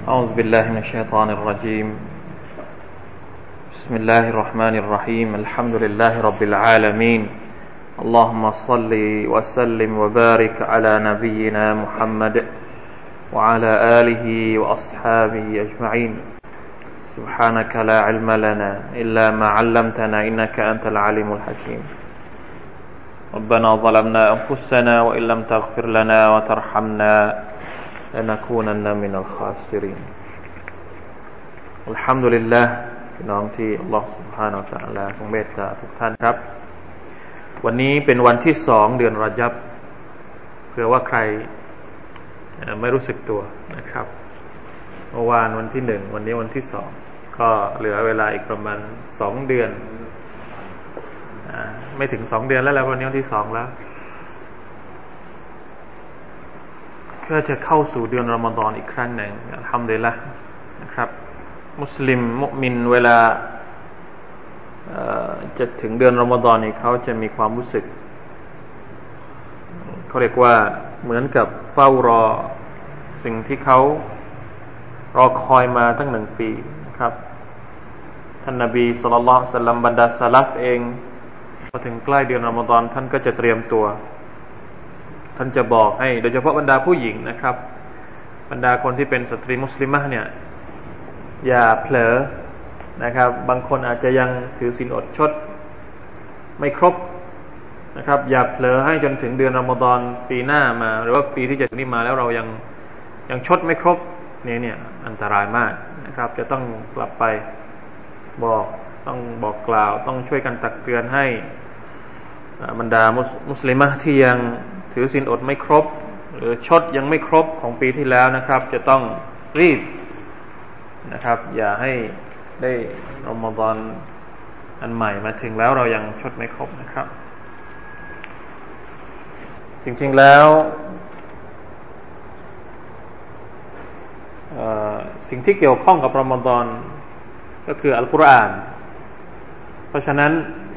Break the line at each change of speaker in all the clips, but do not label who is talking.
أعوذ بالله من الشيطان الرجيم بسم الله الرحمن الرحيم الحمد لله رب العالمين اللهم صل وسلم وبارك على نبينا محمد وعلى آله وأصحابه أجمعين سبحانك لا علم لنا إلا ما علمتنا إنك أنت العليم الحكيم ربنا ظلمنا أنفسنا وإن لم تغفر لنا وترحمنا لنكونن من الخاسرين الحمد للهพี่น้องที่อัลลอฮฺ سبحانه และ تعالى ทรงเมตตาทุกท่านครับวันนี้เป็นวันที่2เดือนรอญับเผื่อว่าใครไม่รู้สึกตัวนะครับเมื่อวานวันที่1วันนี้วันที่2ก็เหลือเวลาอีกประมาณ2เดือนไม่ถึง2เดือนแล้ววันนี้วันที่2แล้วก็จะเข้าสู่เดือนรอมฎอนอีกครั้งหนึ่งอัลฮัมดุลิลละห์นะครับมุสลิมมุมินเวลาจะถึงเดือนรอมฎอนนี่เขาจะมีความรู้สึกเขาเรียกว่าเหมือนกับเฝ้ารอสิ่งที่เขารอคอยมาตั้ง1 ปีนะครับท่านนบีศ็อลลัลลอฮุอะลัยฮิวะซัลลัมบรรดาซะลัฟเองพอถึงใกล้เดือนรอมฎอนท่านก็จะเตรียมตัวท่านจะบอกให้โดยเฉพาะบรรดาผู้หญิงนะครับบรรดาคนที่เป็นสตรีมุสลิมะเนี่ยอย่าเผลอนะครับบางคนอาจจะยังถือศีลอดชดไม่ครบนะครับอย่าเผลอให้จนถึงเดือนรอมฎอนปีหน้ามาหรือว่าปีที่จะถึงนี้มาแล้วเรายังชดไม่ครบเนี่ยอันตรายมากนะครับจะต้องกลับไปต้องบอกกล่าวต้องช่วยกันตักเตือนให้บรรดามุสลิมะที่ยังถือศีลอดไม่ครบหรือชดยังไม่ครบของปีที่แล้วนะครับจะต้องรีบนะครับอย่าให้ได้รอมฎอนอันใหม่มาถึงแล้วเรายังชดไม่ครบนะครับจริงๆแล้วสิ่งที่เกี่ยวข้องกับรอมฎอนก็คืออัลกุรอานเพราะฉะนั้น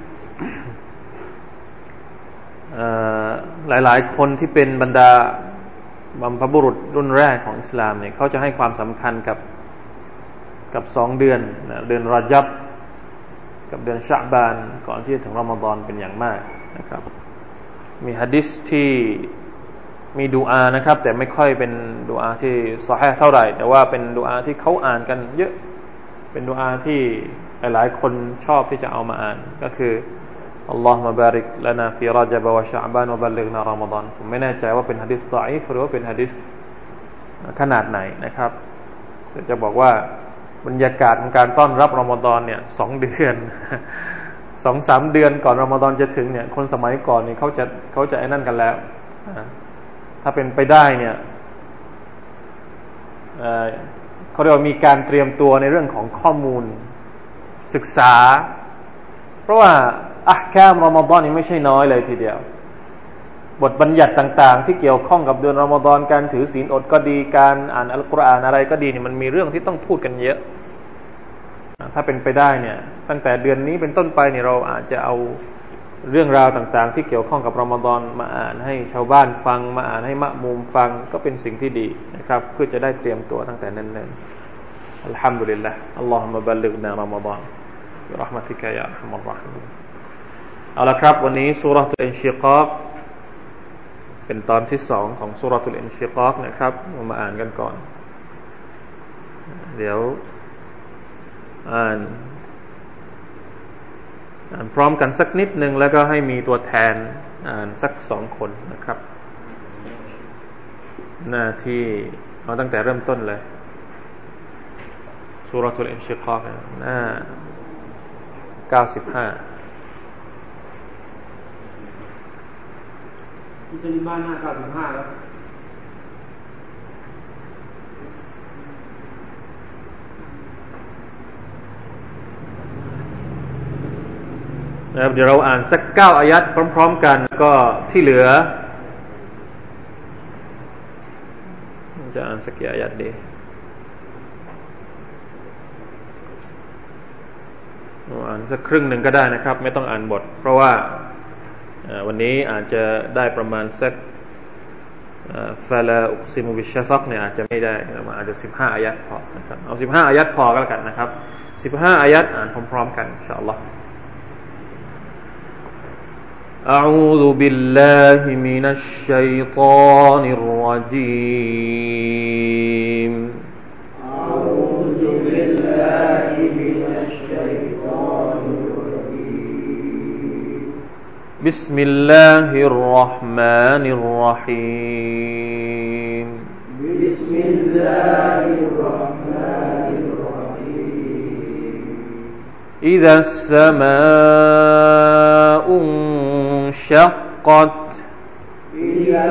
หลายๆคนที่เป็นบรรดาบัมพบุรุษรุ่นแรกของอิสลามเนี่ยเขาจะให้ความสำคัญกับ2เดือนเดือนรอญับกับเดือนชะอ์บานก่อนที่จะถึงรอมฎอนเป็นอย่างมากนะครับมีหะดีษที่มีดุอานะครับแต่ไม่ค่อยเป็นดุอาที่ซอฮีฮ์เท่าไหร่แต่ว่าเป็นดุอาที่เขาอ่านกันเยอะเป็นดุอาที่หลายๆคนชอบที่จะเอามาอ่านก็คืออัลลอฮุมะบาริกลานาฟีรอญะบะวะชะอ์บานวะบัลลิกนารอมฎอนผมไม่แน่ใจว่าเป็นหะดีษฎออีฟหรือว่าเป็นหะดีษขนาดไหนนะครับแต่จะบอกว่าบรรยากาศของการต้อนรับรอมฎอนเนี่ย2เดือน 2-3 เดือนก่อนรอมฎอนจะถึงเนี่ยคนสมัยก่อนนี่เขาจะไอ้นั่นกันแล้วถ้าเป็นไปได้เนี่ยเขาเรียกว่ามีการเตรียมตัวในเรื่องของข้อมูลศึกษาเพราะว่าอะห์กามรอมฎอนนี่ไม่ใช่น้อยเลยทีเดียวบทบัญญัติต่างๆที่เกี่ยวข้องกับเดือนรอมฎอนการถือศีลอดก็ดีการอ่านอัลกุรอานอะไรก็ดีเนี่ยมันมีเรื่องที่ต้องพูดกันเยอะถ้าเป็นไปได้เนี่ยตั้งแต่เดือนนี้เป็นต้นไปเนี่ยเราอาจจะเอาเรื่องราวต่างๆที่เกี่ยวข้องกับรอมฎอนมาอ่านให้ชาวบ้านฟังมาอ่านให้มะมูมฟังก็เป็นสิ่งที่ดีนะครับเพื่อจะได้เตรียมตัวตั้งแต่เนิ่นๆอัลฮัมดุลิลลาห์อัลลอฮุมะบัลลิกนารอมฎอนบิเราะห์มะติกะยาอัรฮัมมัรเราะฮีมเอาละครับวันนี้ซูเราะตุลอินชิกอกเป็นตอนที่2ของซูเราะตุลอินชิกอกนะครับมาอ่านกันก่อนเดี๋ยวอ่านพร้อมกันสักนิดนึงแล้วก็ให้มีตัวแทนอ่านสัก2คนนะครับหน้าที่เอาตั้งแต่เริ่มต้นเลยซูเราะตุลอินชิกอกหน้า95
ที่จะมีบ้านหน้า95แล้ว
นะครับเดี๋ยวเราอ่านสัก9อายัดพร้อมๆกันก็ที่เหลือจะอ่านสักกี่อายัดดีอ่านสักครึ่งหนึ่งก็ได้นะครับไม่ต้องอ่านบทเพราะว่าวันนี้อาจจะได้ประมาณสัก فلا أقسم بالشفق เนี่ยอาจจะไม่ได้อาจจะ15อายัดพอนะครับเอา15อายัดพอก็แล้วกันนะครับ15อายัดอ่านพร้อมๆกันอินชาอัลลอฮ์ أعوذ بالله من الشيطان الرجيم
أعوذ بالله من الشيطان الرجيم
بسم الله الرحمن الرحيم
بسم الله الرحمن الرحيم
إذا السماء انشقت
إذا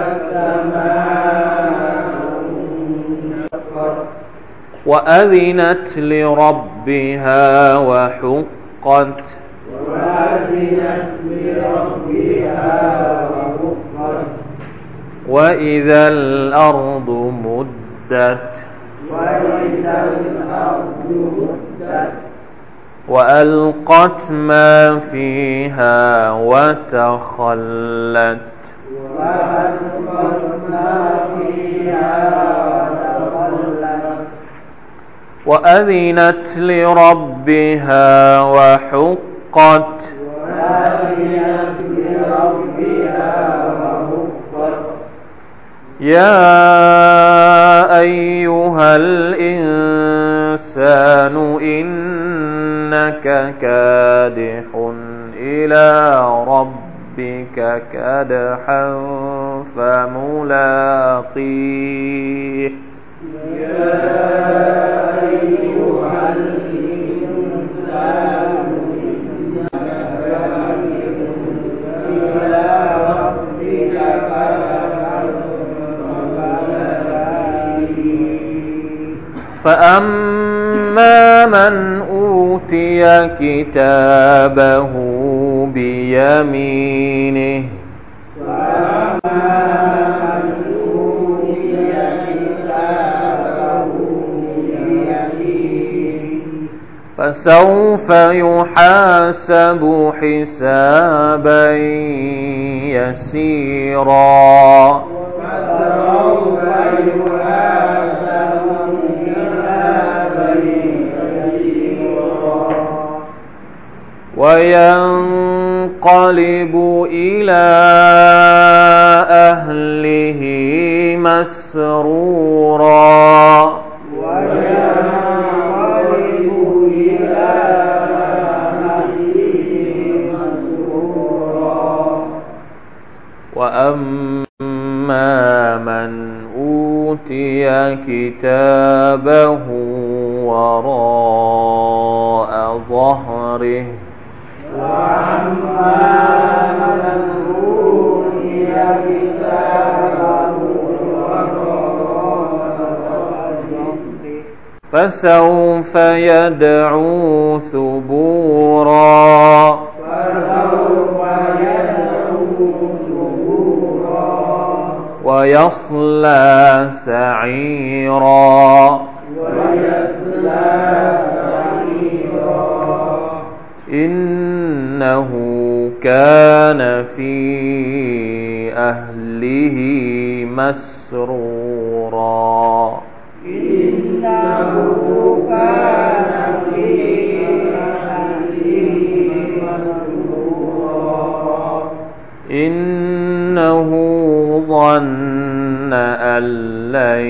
السماء انشقت
وأذنت لربها وحقت
وأذنت لربها وحقت
وإذا الأرض مدت
وإذا الأرض مدت
وألقت ما فيها وتخلت
وألقت ما فيها وتخلت
وأذنت لربها وحقت
وأذنت لربها وحقت
يا أيها الإنسان إنك كادح إلى ربك كدحا فملاقيه
يا أيها الإنسان إنك كادح إلى ربك كدحا فملاقيه
فأما من أوتي كتابه بيمينه فسوف يحاسب حسابا يسيرا وينقلب إلى أهله مسرورا وأما من أوتي كتابه وراء ظهره فسوف يدعو ثبورا ويصلى سعيرا إنه كان في أهله مسرورا
إنه كان في أهله مسرورا
إنه ظن أن لن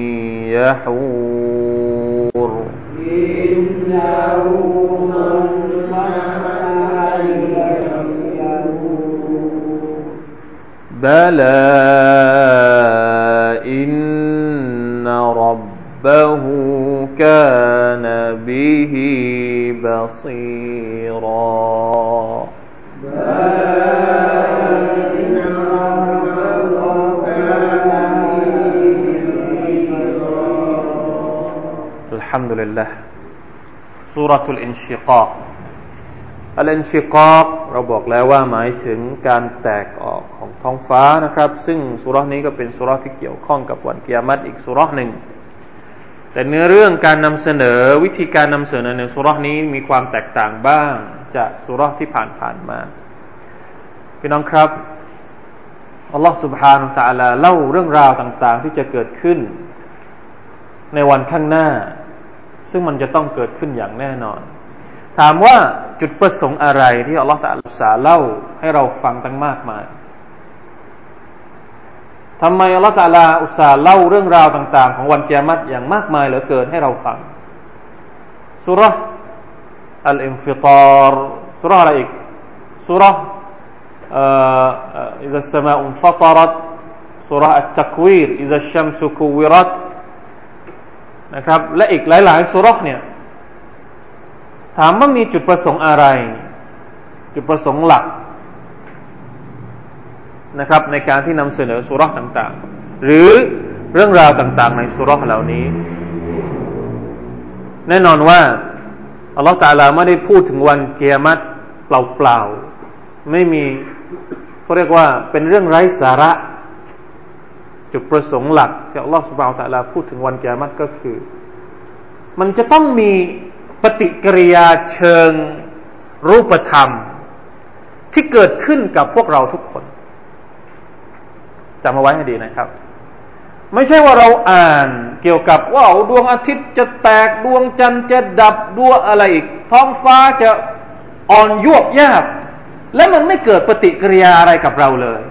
يحور
إنه ظن أن لن يحور
بلى إن ربه كان به بصيرا الحمد لله سورة الانشقاق الانشقاق เราบอกแล้วว่าหมายถึงการแตกออกของท้องฟ้านะครับซึ่งซูเราะห์นี้ก็เป็นซูเราะห์ที่เกี่ยวข้องกับวันกิยามะฮ์อีกซูเราะห์หนึ่งแต่เนื้อเรื่องการนำเสนอวิธีการนำเสนอในซูเราะห์นี้มีความแตกต่างบ้างจากซูเราะห์ที่ผ่านๆมาพี่น้องครับอัลลอฮฺ سبحانه และ تعالى เล่าเรื่องราวต่างๆที่จะเกิดขึ้นในวันข้างหน้าซึ่งมันจะต้องเกิดขึ้นอย่างแน่นอนถามว่าจุดประสงค์อะไรที่อัลลอฮฺ تعالى เล่าให้เราฟังตั้งมากมายทำไมอัลลอฮฺ تعالى อุตส่าห์เล่าเรื่องราวต่างๆของวันกิยามะฮ์อย่างมากมายเหลือเกินให้เราฟังซูเราะห์อัลอินฟิฏาร์ซูเราะห์อะไรอีกซูเราะห์إذا السماء انفطرت سورة التكوير إذا الشمس كورت นะครับและอีกหลายๆซูเราะห์เนี่ยถามว่ามีจุดประสงค์อะไรจุดประสงค์หลักนะครับในการที่นำเสนอซูเราะห์ต่างๆหรือเรื่องราวต่างๆในซูเราะห์เหล่านี้แน่นอนว่าอัลลอฮฺตะอาลาไม่ได้พูดถึงวันกิยามะฮ์เปล่าๆไม่มีเขาเรียกว่าเป็นเรื่องไร้สาระจุดประสงค์หลักที่อัลลอฮฺซุบฮานะฮูวะตะอาลาพูดถึงวันกิยามะฮ์ก็คือมันจะต้องมีปฏิกิริยาเชิงรูปธรรมที่เกิดขึ้นกับพวกเราทุกคนจำเอาไว้ให้ดีนะครับไม่ใช่ว่าเราอ่านเกี่ยวกับว่าดวงอาทิตย์จะแตกดวงจันทร์จะดับดวงอะไรอีกท้องฟ้าจะอ่อนยวบยาบและมันไม่เกิดปฏิกิริยาอะไรกับเราเลย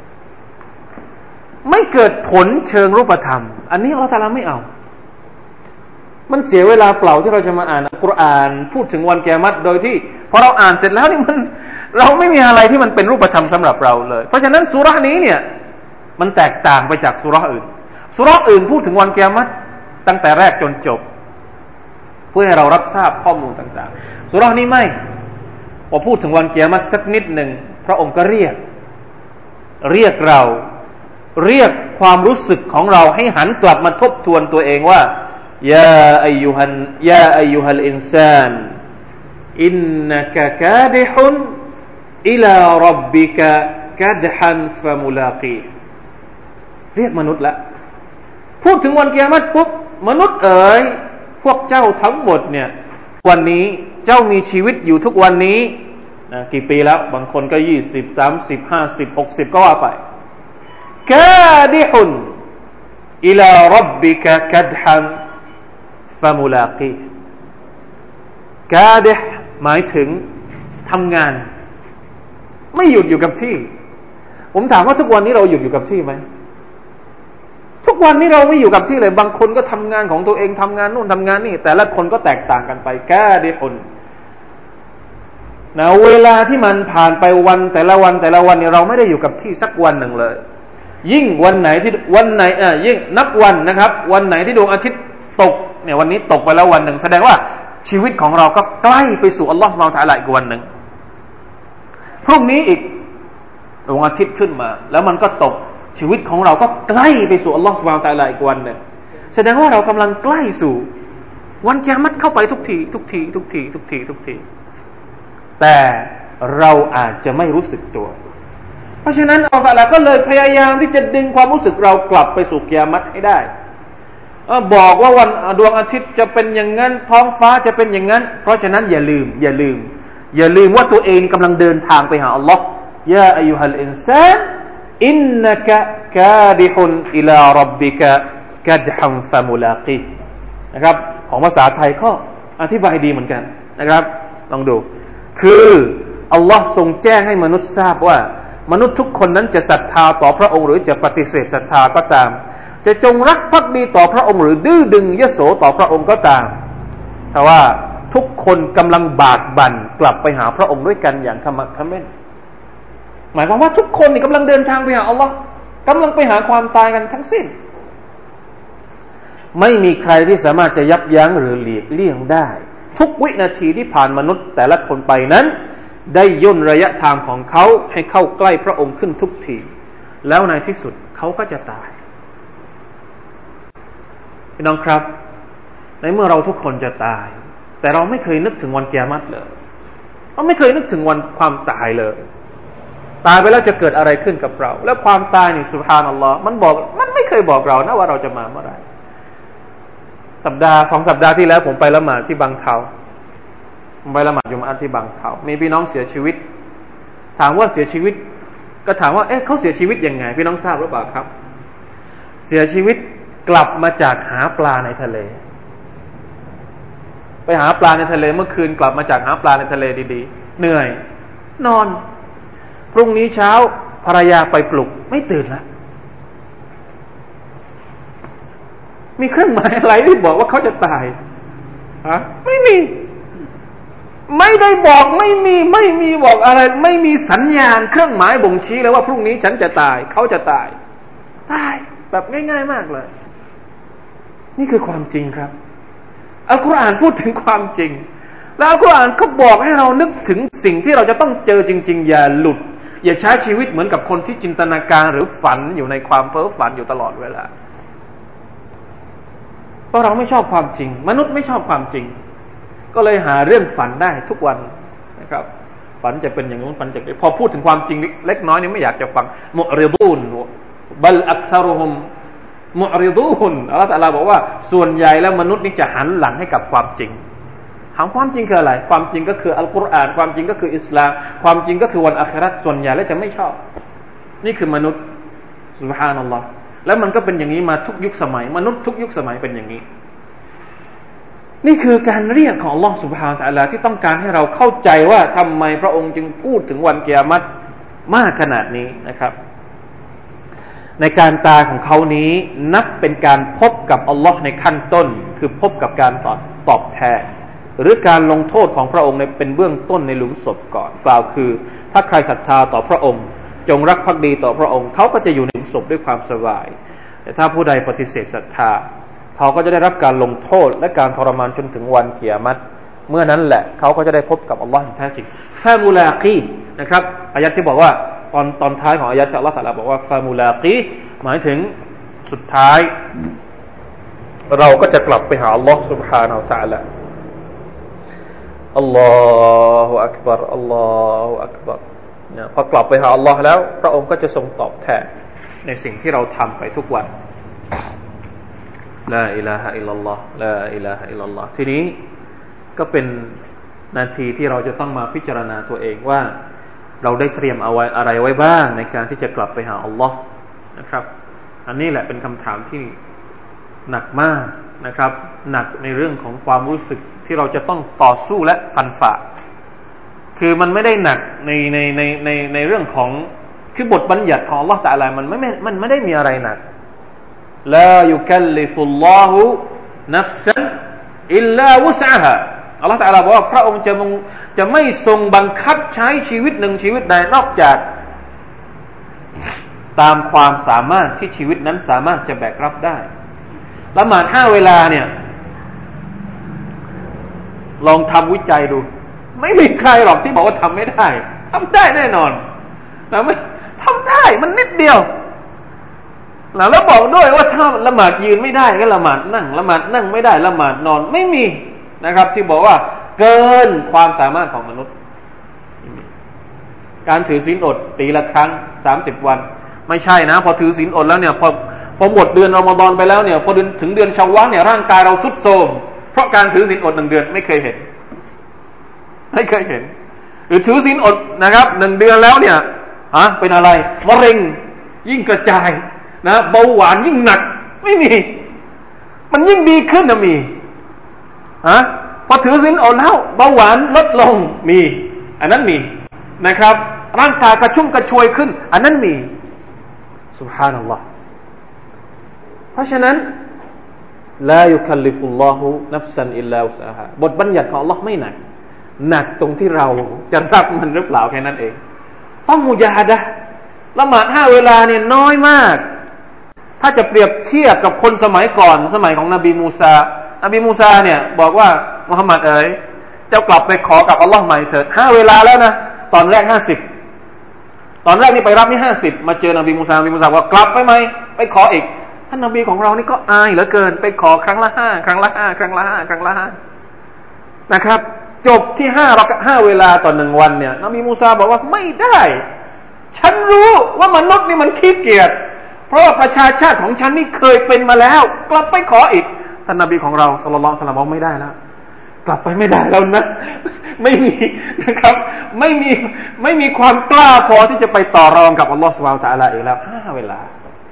ไม่เกิดผลเชิงรูปธรรมอันนี้อัลเลาะห์ตะอาลาไม่เอามันเสียเวลาเปล่าที่เราจะมาอ่านอัลกุรอานพูดถึงวันกิยามะฮ์โดยที่พอเราอ่านเสร็จแล้วนี่มันเราไม่มีอะไรที่มันเป็นรูปธรรมสำหรับเราเลยเพราะฉะนั้นซูเราะห์นี้เนี่ยมันแตกต่างไปจากซูเราะห์อื่นซูเราะห์อื่นพูดถึงวันกิยามะฮ์ตั้งแต่แรกจนจบเพื่อให้เรารับทราบข้อมูลต่างๆซูเราะห์นี้ไม่พอพูดถึงวันกิยามะฮ์สักนิดหนึ่งพระองค์ก็เรียกเราเรียกความรู้สึกของเราให้หันกลับมาทบทวนตัวเองว่ายาอัยยูฮัลอินซานอินนักกาดิฮุนอิลาร็อบบิกะกัดฮันฟะมุลากีเรียกมนุษย์ละพูดถึงวันกิยามะฮ์ปุ๊บมนุษย์เอ๋ยพวกเจ้าทั้งหมดเนี่ยวันนี้เจ้ามีชีวิตอยู่ทุกวันนี้นะกี่ปีแล้วบางคนก็20 30 50 60ก็ว่าไปกาดิฮุนอิลาร็อบบิกะกัดฮันฟะมุลากีกาดิฮหมายถึงทำงานไม่หยุดอยู่กับที่ผมถามว่าทุกวันนี้เราหยุดอยู่กับที่ไหมทุกวันนี้เราไม่อยู่กับที่เลยบางคนก็ทำงานของตัวเองทำงานนู่นทำงานนี่แต่ละคนก็แตกต่างกันไปกาดิฮุนนะเวลาที่มันผ่านไปวันแต่ละวันเนี่ยเราไม่ได้อยู่กับที่สักวันหนึ่งเลยยิ่งวันไหนยิ่งนับวันนะครับวันไหนที่ดวงอาทิตย์ตกเนี่ยวันนี้ตกไปแล้ววันหนึ่งแสดงว่าชีวิตของเราก็ใกล้ไปสู่อัลลอฮฺซุบฮานะฮูวะตะอาลาอีกวันหนึ่งพรุ่งนี้อีกดวงอาทิตย์ขึ้นมาแล้วมันก็ตกชีวิตของเราก็ใกล้ไปสู่อัลลอฮฺซุบฮานะฮูวะตะอาลาอีกวันหนึ่งแสดงว่าเรากำลังใกล้สู่วันกิยามะฮ์เข้าไปทุกทีแต่เราอาจจะไม่รู้สึกตัวเพราะฉะนั้นอัลลอฮฺตะอาลาก็เลยพยายามที่จะดึงความรู้สึกเรากลับไปสู่กิยามะฮ์ให้ได้บอกว่าวันดวงอาทิตย์จะเป็นอย่างนั้นท้องฟ้าจะเป็นอย่างนั้นเพราะฉะนั้นอย่าลืมว่าตัวเองกำลังเดินทางไปหาอัลลอฮ์ยาอัยยูฮัลอินซานอินนักกาดิฮุนอิลาร็อบบิกะกัดฮัมฟะมุลากีนะครับของภาษาไทยก็อธิบายดีเหมือนกันนะครับลองดูคืออัลลอฮ์ทรงแจ้งให้มนุษย์ทราบว่ามนุษย์ทุกคนนั้นจะศรัทธาต่อพระองค์หรือจะปฏิเสธศรัทธาก็ตามจะจงรักภักดีต่อพระองค์หรือดื้อดึงยโสต่อพระองค์ก็ตามแต่ว่าทุกคนกำลังบากบั่นกลับไปหาพระองค์ด้วยกันอย่างขมักเขม้นหมายความว่าทุกคนนี่กำลังเดินทางไปหาอัลลอฮ์กำลังไปหาความตายกันทั้งสิ้นไม่มีใครที่สามารถจะยับยั้งหรือหลีกเลี่ยงได้ทุกวินาทีที่ผ่านมนุษย์แต่ละคนไปนั้นได้ย่นระยะทางของเขาให้เข้าใกล้พระองค์ขึ้นทุกทีแล้วในที่สุดเขาก็จะตายพี่น้องครับในเมื่อเราทุกคนจะตายแต่เราไม่เคยนึกถึงวันกิยามะฮ์เลยเราไม่เคยนึกถึงวันความตายเลยตายไปแล้วจะเกิดอะไรขึ้นกับเราแล้วความตายนี่ซุบฮานัลลอฮ์มันไม่เคยบอกเรานะว่าเราจะมาเมื่อไหร่2 สัปดาห์ที่แล้วผมไปละหมาดที่บางเทาผมไปละหมาดยุมอะห์ที่บางเทามีพี่น้องเสียชีวิตถามว่าเสียชีวิตก็ถามว่าเขาเสียชีวิตยังไงพี่น้องทราบหรือเปล่าครับเสียชีวิตกลับมาจากหาปลาในทะเลไปหาปลาในทะเลเมื่อคืนกลับมาจากหาปลาในทะเลดีๆเหนื่อยนอนพรุ่งนี้เช้าภรรยาไปปลุกไม่ตื่นละมีเครื่องหมายอะไรที่บอกว่าเขาจะตายฮะไม่มีไม่ได้บอกไม่มีบอกอะไรไม่มีสัญญาณเครื่องหมายบ่งชี้เลยว่าพรุ่งนี้ฉันจะตายเขาจะตายแบบง่ายๆมากเลยนี่คือความจริงครับอัลกุรอานพูดถึงความจริงแล้วอัลกุรอานก็บอกให้เรานึกถึงสิ่งที่เราจะต้องเจอจริงๆอย่าหลุดอย่าใช้ชีวิตเหมือนกับคนที่จินตนาการหรือฝันอยู่ในความเพ้อฝันอยู่ตลอดเวลาเพราะเราไม่ชอบความจริงมนุษย์ไม่ชอบความจริงก็เลยหาเรื่องฝันได้ทุกวันนะครับฝันจะเป็นอย่างนู้นฝันจะพอพูดถึงความจริงเล็กน้อยนี่ไม่อยากจะฟังมุอริดูนบัลอักซารุฮุมมุอริดูนอัลเลาะห์ตะอาลาบอกว่าส่วนใหญ่แล้วมนุษย์นี่จะหันหลังให้กับความจริงถามความจริงคืออะไรความจริงก็คืออัลกุรอานความจริงก็คืออิสลามความจริงก็คือวันอาคิเราะห์ส่วนใหญ่แล้วจะไม่ชอบนี่คือมนุษย์ซุบฮานัลลอฮ์แล้วมันก็เป็นอย่างนี้มาทุกยุคสมัยมนุษย์ทุกยุคสมัยเป็นอย่างนี้นี่คือการเรียกของอัลเลาะห์ซุบฮานะฮูวะตะอาลาที่ต้องการให้เราเข้าใจว่าทำไมพระองค์จึงพูดถึงวันกิยามะฮ์มากขนาดนี้นะครับในการตายของเขานี้นับเป็นการพบกับอัลลอฮ์ในขั้นต้นคือพบกับการตอบแทนหรือการลงโทษของพระองค์เป็นเบื้องต้นในหลุมศพก่อนกล่าวคือถ้าใครศรัทธาต่อพระองค์จงรักภักดีต่อพระองค์เขาก็จะอยู่ในหลุมศพด้วยความสบายแต่ถ้าผู้ใดปฏิเสธศรัทธาเขาก็จะได้รับการลงโทษและการทรมานจนถึงวันกิยามะฮ์เมื่อนั้นแหละเขาก็จะได้พบกับอัลลอฮ์อย่างแท้จริงฟามูลากีนะครับอายะห์ที่บอกว่าตอนท้ายของอายะห์ที่อัลลอฮ์ตะอาลาบอกว่าฟามูลากีหมายถึงสุดท้ายเราก็จะกลับไปหาอัลลอฮ์ سبحانه และ تعالى อัลลอฮฺอักบัรอัลลอฮฺอักบัรพอกลับไปหาอัลลอฮ์แล้วพระองค์ก็จะทรงตอบแทนในสิ่งที่เราทำไปทุกวันลาอิลาฮะอิลลัลลอฮ์ลาอิลาฮะอิลลัลลอฮ์ทีนี้ก็เป็นนาทีที่เราจะต้องมาพิจารณาตัวเองว่าเราได้เตรียมเอาไว้อะไรไว้บ้างในการที่จะกลับไปหาอัลลอฮ์นะครับอันนี้แหละเป็นคำถามที่หนักมากนะครับหนักในเรื่องของความรู้สึกที่เราจะต้องต่อสู้และฟันฝ่าคือมันไม่ได้หนักในเรื่องของคือบทบัญญัติของอัลลอฮ์ตะอาลามันไม่ได้มีอะไรหนักลายุคัลลิฟุลลอฮุนัฟซันอิลลาวุสอะฮาอัลลอฮ์ตะอาลาบอกว่าพระองค์จะไม่ทรงบังคับใช้ชีวิตหนึ่งชีวิตใดนอกจากตามความสามารถที่ชีวิตนั้นสามารถจะแบกรับได้ละหมาด5เวลาเนี่ยลองทำวิจัยดูไม่มีใครหรอกที่บอกว่าทำไม่ได้ทำได้แน่นอนนะไม่ทำได้มันนิดเดียวแล้วบอกด้วยว่าถ้าละหมาดยืนไม่ได้ก็ละหมาดนั่งละหมาดนั่งไม่ได้ละหมาดนอนไม่มีนะครับที่บอกว่าเกินความสามารถของมนุษย์การถือศีลอดปีละครั้ง30วันไม่ใช่นะพอถือศีลอดแล้วเนี่ยพอหมดเดือนรอมฎอนไปแล้วเนี่ยพอถึงเดือนชาววาลเนี่ยร่างกายเราทรุดโทรมเพราะการถือศีลอด1เดือนไม่เคยเห็นหรือถือศีลอดนะครับ1เดือนแล้วเนี่ยเป็นอะไรมะเร็งยิ่งกระจายนะเบาหวานยิ่งหนักไม่มีมันยิ่งดีขึ้นนะมีพอถือศีลอดแล้วเบาหวานลดลงมีอันนั้นมีนะครับร่างกายกระชุ่มกระชวยขึ้นอันนั้นมีซุบฮานัลลอฮ์เพราะฉะนั้นลายุคัลลิฟุลลอฮุนัฟซันอิลลาวุสอะฮาบทบัญญัติของอัลเลาะห์ไม่หนักตรงที่เราจะรับมันหรือเปล่าแค่นั้นเองต้องมุญาฮะดะห์ละหมาด5เวลาเนี่ยน้อยมากถ้าจะเปรียบเทียบกับคนสมัยก่อนสมัยของนบีมูซาเนี่ยบอกว่ามุฮัมมัดเจ้ากลับไปขอกับอัลเลาะห์ใหม่เถิด5เวลาแล้วนะตอนแรก50ตอนแรกนี่ไปรับนี่50มาเจอนบีมูซาว่ากลับไปไหมไปขออีกท่านนบีของเรานี่ก็อายเหลือเกินไปขอครั้งละ5นะครับจบที่5เวลาต่อ1วันเนี่ยนบีมูซาบอกว่าไม่ได้ฉันรู้ว่ามนุษย์นี่มันขี้เกียจเพราะว่าประชาชาติของฉันนี่เคยเป็นมาแล้วกลับไปขออีกท่านนบีของเราศ็อลลัลลอฮุอะลัยฮิวะซัลลัมบอกไม่ได้แล้วกลับไปไม่ได้แล้วนะไม่มีนะครับไม่มีความกล้าพอที่จะไปต่อรองกับอัลลอฮฺซุบฮานะฮูวะตะอาลาอีกแล้ว5 เวลา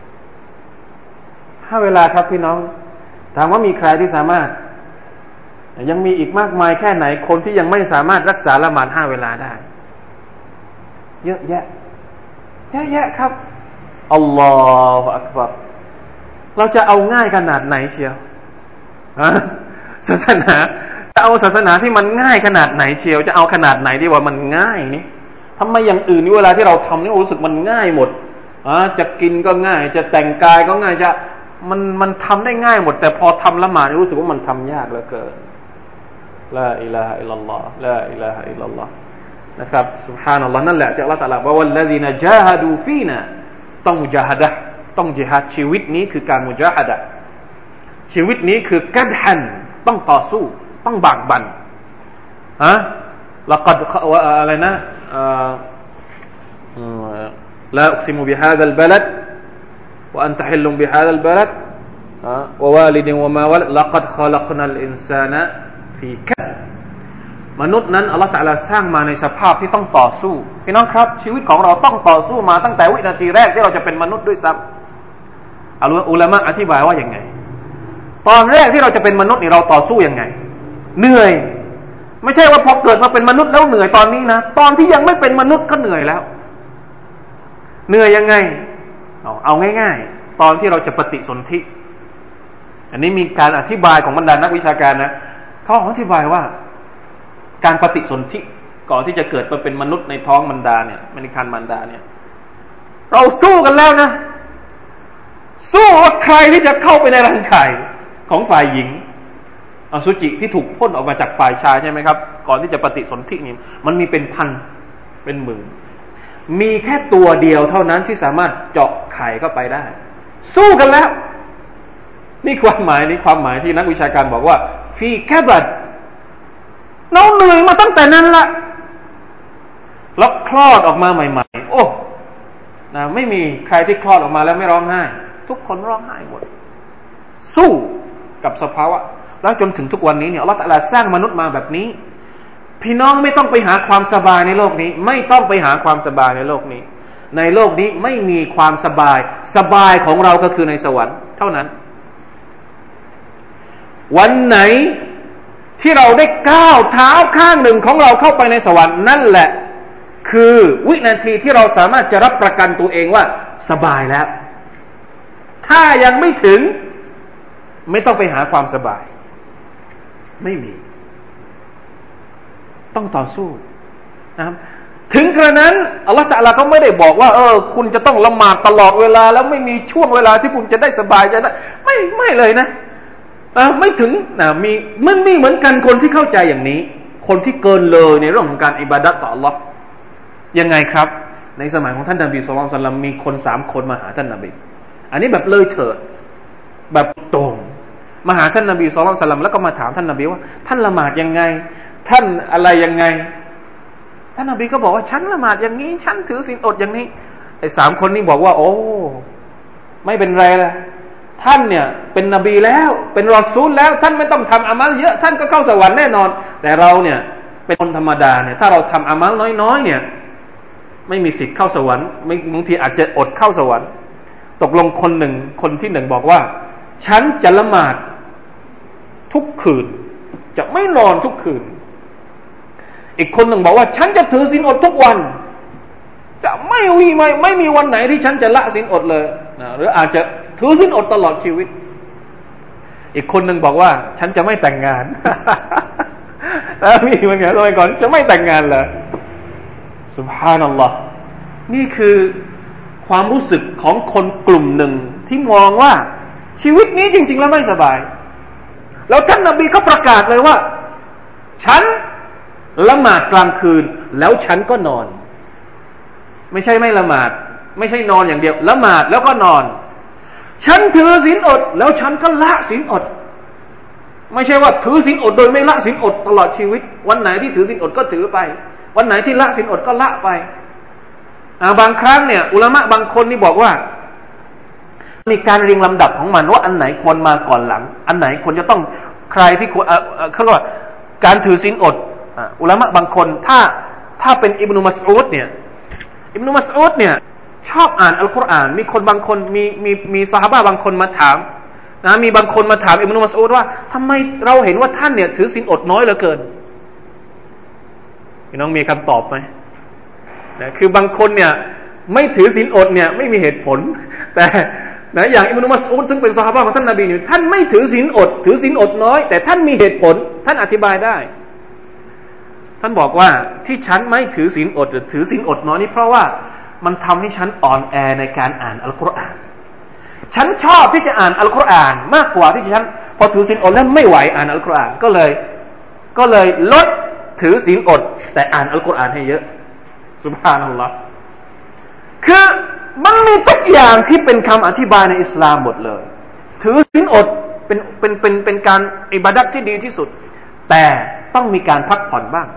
ครับพี่น้องถามว่ามีใครที่สามารถยังมีอีกมากมายแค่ไหนคนที่ยังไม่สามารถรักษาละหมาด5 เวลาได้เยอะแยะครับอัลลอฮฺอักบัรเราจะเอาง่ายขนาดไหนเชียวศาสนาจะเอาศาสนาที่มันง่ายขนาดไหนเชียวจะเอาขนาดไหนที่ว่ามันง่ายนี่ทำไมอย่างอื่นนี่เวลาที่เราทำนี่รู้สึกมันง่ายหมดจะกินก็ง่ายจะแต่งกายก็ง่ายจะมันทำได้ง่ายหมดแต่พอทำละหมาดรู้สึกว่ามันทำยากเหลือเกินลาอิลาฮะอิลลัลลอฮ์ลาอิลาฮะอิลลัลลอฮ์นะครับซุบฮานัลลอฮ์นั่นแหละที่อัลเลาะห์ตะอาลาบอกว่าวัลลซีนะญาฮะดูฟีนาต้องมุญาฮะดะห์ต้องญิฮาดชีวิตนี้คือการมุญาฮะดะห์ชีวิตนี้คือกัดฮันต้องต่อสู้ต้องบากบั่นละกัดอะไรนะลาอุกซิมุบิฮาซาลบะลัดวะอันตะฮิลลุบิฮาซาลบะลัดวะวาลิดวะมาวัลละกัดคอลักนัลอินซานะฟีกัดมนุษย์นั้นอัลเลาะห์ตะอาลาสร้างมาในสภาพที่ต้องต่อสู้พี่น้องครับชีวิตของเราต้องต่อสู้มาตั้งแต่วินาทีแรกที่เราจะเป็นมนุษย์ด้วยซ้ำอุลามะอธิบายว่าอย่างไงตอนแรกที่เราจะเป็นมนุษย์นี่เราต่อสู้ยังไงเหนื่อยไม่ใช่ว่าพอเกิดมาเป็นมนุษย์แล้วเหนื่อยตอนนี้นะตอนที่ยังไม่เป็นมนุษย์ก็เหนื่อยแล้วเหนื่อยยังไงเอาง่ายๆตอนที่เราจะปฏิสนธิอันนี้มีการอธิบายของบรรดานักวิชาการนะเขาอธิบายว่าการปฏิสนธิก่อนที่จะเกิดมาเป็นมนุษย์ในท้องมารดาเนี่ยในครรภ์มารดาเนี่ยเราสู้กันแล้วนะสู้ว่าใครที่จะเข้าไปในร่างกายของฝ่ายหญิงอสุจิที่ถูกพ่นออกมาจากฝ่ายชายใช่ไหมครับก่อนที่จะปฏิสนธินี่มันมีเป็นพันเป็นหมื่นมีแค่ตัวเดียวเท่านั้นที่สามารถเจาะไข่เข้าไปได้สู้กันแล้วนี่ความหมายที่นักวิชาการบอกว่าฟีแคบัดเราเหนื่อยมาตั้งแต่นั้นละแล้วคลอดออกมาใหม่ๆโอ้นะไม่มีใครที่คลอดออกมาแล้วไม่ร้องไห้ทุกคนร้องไห้หมดสู้กับสภาวะแล้วจนถึงทุกวันนี้เนี่ยอัลเลาะห์ตะอาลาสร้างมนุษย์มาแบบนี้พี่น้องไม่ต้องไปหาความสบายในโลกนี้ไม่ต้องไปหาความสบายในโลกนี้ในโลกนี้ไม่มีความสบายของเราก็คือในสวรรค์เท่านั้นวันไหนที่เราได้ก้าวเท้าข้างหนึ่งของเราเข้าไปในสวรรค์นั่นแหละคือวินาทีที่เราสามารถจะรับประกันตัวเองว่าสบายแล้วถ้ายังไม่ถึงไม่ต้องไปหาความสบายไม่มีต้องต่อสู้นะครับถึงกระนั้นอัลเลาะห์ตะอาลาก็ไม่ได้บอกว่าคุณจะต้องละหมาดตลอดเวลาแล้วไม่มีช่วงเวลาที่คุณจะได้สบายจะได้ไม่เลยนะไม่ถึงมันมีเหมือนกันคนที่เข้าใจอย่างนี้คนที่เกินเลยในเรื่องของการอิบาดะห์ต่ออัลเลาะห์ยังไงครับในสมัยของท่านนบีศ็อลลัลลอฮุอะลัยฮิวะซัลลัมมีคน3 คนมาหาท่านนบีอันนี้แบบเลยเถิดแบบตรงมาหาท่านนบีศ็อลลัลลอฮุอะลัยฮิวะซัลลัมแล้วก็มาถามท่านนบีว่าท่านละหมาดยังไงท่านอะไรยังไงท่านนบีก็บอกว่าฉันละหมาดอย่างนี้ฉันถือศีลอดอย่างนี้ไอ้3 คนนี้บอกว่าโอ้ไม่เป็นไรละท่านเนี่ยเป็นนบีแล้วเป็นรอซูลแล้วท่านไม่ต้องทำอามัลเยอะท่านก็เข้าสวรรค์แน่นอนแต่เราเนี่ยเป็นคนธรรมดาเนี่ยถ้าเราทำอามัลน้อยๆเนี่ยไม่มีสิทธิ์เข้าสวรรค์บางทีอาจจะอดเข้าสวรรค์ตกลงคนที่1บอกว่าฉันจะละหมาดทุกคืนจะไม่นอนทุกคืนอีกคนหนึ่งบอกว่าฉันจะถือศีลอดทุกวันจะไม่มีวันไหนที่ฉันจะละศีลอดเลยนะหรืออาจจะถือศีลอดตลอดชีวิตอีกคนหนึ่งบอกว่าฉันจะไม่แต่งงานแล้วมีเหมือนกันสมัยก่อนจะไม่แต่งงานเลยซุบฮานัลลอฮ์นี่คือความรู้สึกของคนกลุ่มหนึ่งที่มองว่าชีวิตนี้จริงๆแล้วไม่สบายแล้วท่านนบีก็ประกาศเลยว่าฉันละหมาดกลางคืนแล้วฉันก็นอนไม่ใช่ไม่ละหมาดไม่ใช่นอนอย่างเดียวละหมาดแล้วก็นอนฉันถือศีลอดแล้วฉันก็ละศีลอดไม่ใช่ว่าถือศีลอดโดยไม่ละศีลอดตลอดชีวิตวันไหนที่ถือศีลอดก็ถือไปวันไหนที่ละศีลอดก็ละไปบางครั้งเนี่ยอุลามะบางคนนี่บอกว่ามีการเรียงลำดับของมันว่าอันไหนควรมาก่อนหลังอันไหนควรจะต้องใครที่ควรเขาเรียกว่าการถือศีลอดอุลามะบางคนถ้าเป็นอิบนุมัสอูดเนี่ยอิบนุมัสอูดเนี่ยชอบอ่านอัลกุรอานมีคนบางคนมีซอฮาบะห์บางคนมาถามนะมีบางคนมาถามอิบนุมัสอูดว่าทำไมเราเห็นว่าท่านเนี่ยถือศีลอดน้อยเหลือเกินพี่น้องมีคำตอบไหมนะคือบางคนเนี่ยไม่ถือศีลอดเนี่ยไม่มีเหตุผลแต่นะอย่างอิบนุมัสอูดซึ่งเป็นซอฮาบะห์ของท่านนบีเนี่ยท่านไม่ถือศีลอดถือศีลอดน้อยแต่ท่านมีเหตุผลท่านอธิบายได้ท่านบอกว่าที่ฉันไม่ถือศีลอดหรือถือศีลอดน้อยนี่เพราะว่ามันทำให้ฉันอ่อนแอในการอ่านอัลกุรอานฉันชอบที่จะอ่านอัลกุรอานมากกว่าที่ฉันพอถือศีลอดแล้วไม่ไหวอ่านอัลกุรอานก็เลยลดถือศีลอดแต่อ่านอัลกุรอานให้เยอะซุบฮานัลลอฮ์คือมันมีทุกอย่างที่เป็นคำอธิบายในอิสลามหมดเลยถือศีลอดเป็นการอิบาดัตที่ดีที่สุดแต่ต้องมีการพักผ่อนบ้าง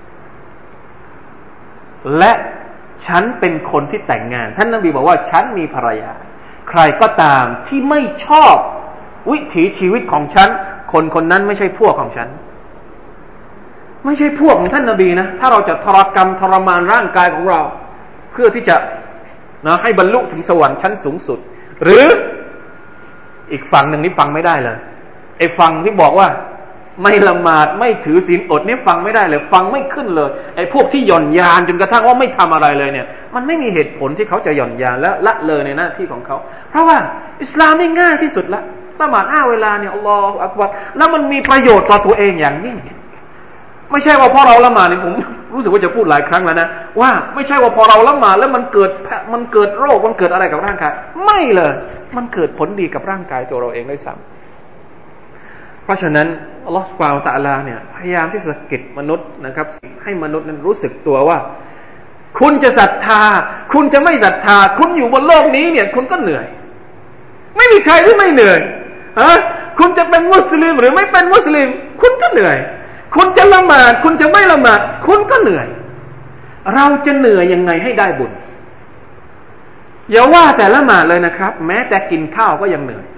และฉันเป็นคนที่แต่งงานท่านนบีบอกว่าฉันมีภรรยาใครก็ตามที่ไม่ชอบวิถีชีวิตของฉันคนนั้นไม่ใช่พวกของฉันไม่ใช่พวกของท่านนบีนะถ้าเราจะทรมานร่างกายของเราเพื่อที่จะให้บรรลุถึงสวรรค์ชั้นสูงสุดหรืออีกฝั่งหนึ่งนี่ฟังไม่ได้เลยไอ้ฝั่งที่บอกว่าไม่ละหมาดไม่ถือศีลอดนี่ฟังไม่ได้เลยฟังไม่ขึ้นเลยไอ้พวกที่หย่อนยานจนกระทั่งว่าไม่ทำอะไรเลยเนี่ยมันไม่มีเหตุผลที่เขาจะหย่อนยานและละเลยในหน้าที่ของเขาเพราะว่าอิสลามนี่ง่ายที่สุดละละหมาด5เวลาเนี่ยอัลลอฮฺอักบัรแล้วมันมีประโยชน์ต่อตัวเองอย่างยิ่งไม่ใช่ว่าพอเราละหมาดเนี่ยผมรู้สึกว่าจะพูดหลายครั้งแล้วนะว่าไม่ใช่ว่าพอเราละหมาดแล้วมันเกิดโรคมันเกิดอะไรกับร่างกายไม่เลยมันเกิดผลดีกับร่างกายตัวเราเองด้วยซ้ำเพราะฉะนั้นอัลลอฮฺซุบฮานะฮูวะตะอาลาเนี่ยพยายามที่จะสะกิดมนุษย์นะครับให้มนุษย์นั้นรู้สึกตัวว่าคุณจะศรัทธาคุณจะไม่ศรัทธาคุณอยู่บนโลกนี้เนี่ยคุณก็เหนื่อยไม่มีใครที่ไม่เหนื่อยคุณจะเป็นมุสลิมหรือไม่เป็นมุสลิมคุณก็เหนื่อยคุณจะละหมาดคุณจะไม่ละหมาดคุณก็เหนื่อยเราจะเหนื่อยยังไงให้ได้บุญอย่าว่าแต่ละหมาดเลยนะครับแม้แต่กินข้าวก็ยังเหนื่อย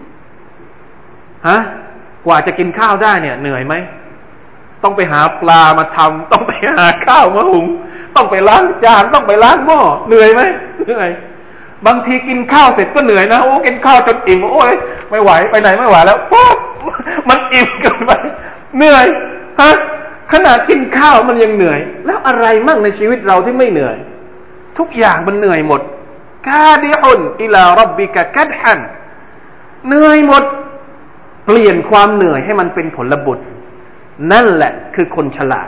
กว่าจะกินข้าวได้เนี่ยเหนื่อยไหมต้องไปหาปลามาทำต้องไปหาข้าวมาหุงต้องไปล้างจานต้องไปล้างหม้อเหนื่อยไหมเหนื่อยบางทีกินข้าวเสร็จก็เหนื่อยนะโอ้กินข้าวจนอิ่มโอ้ยไม่ไหวไปไหนไม่ไหวแล้วป๊บมันอิ่มเกินไปเหนื่อยขนาดกินข้าวมันยังเหนื่อยแล้วอะไรมั่งในชีวิตเราที่ไม่เหนื่อยทุกอย่างมันเหนื่อยหมดกาดิฮุนอิลาร็อบบิกะกัดฮันเหนื่อยหมดเปลี่ยนความเหนื่อยให้มันเป็นผลบุญนั่นแหละคือคนฉลาด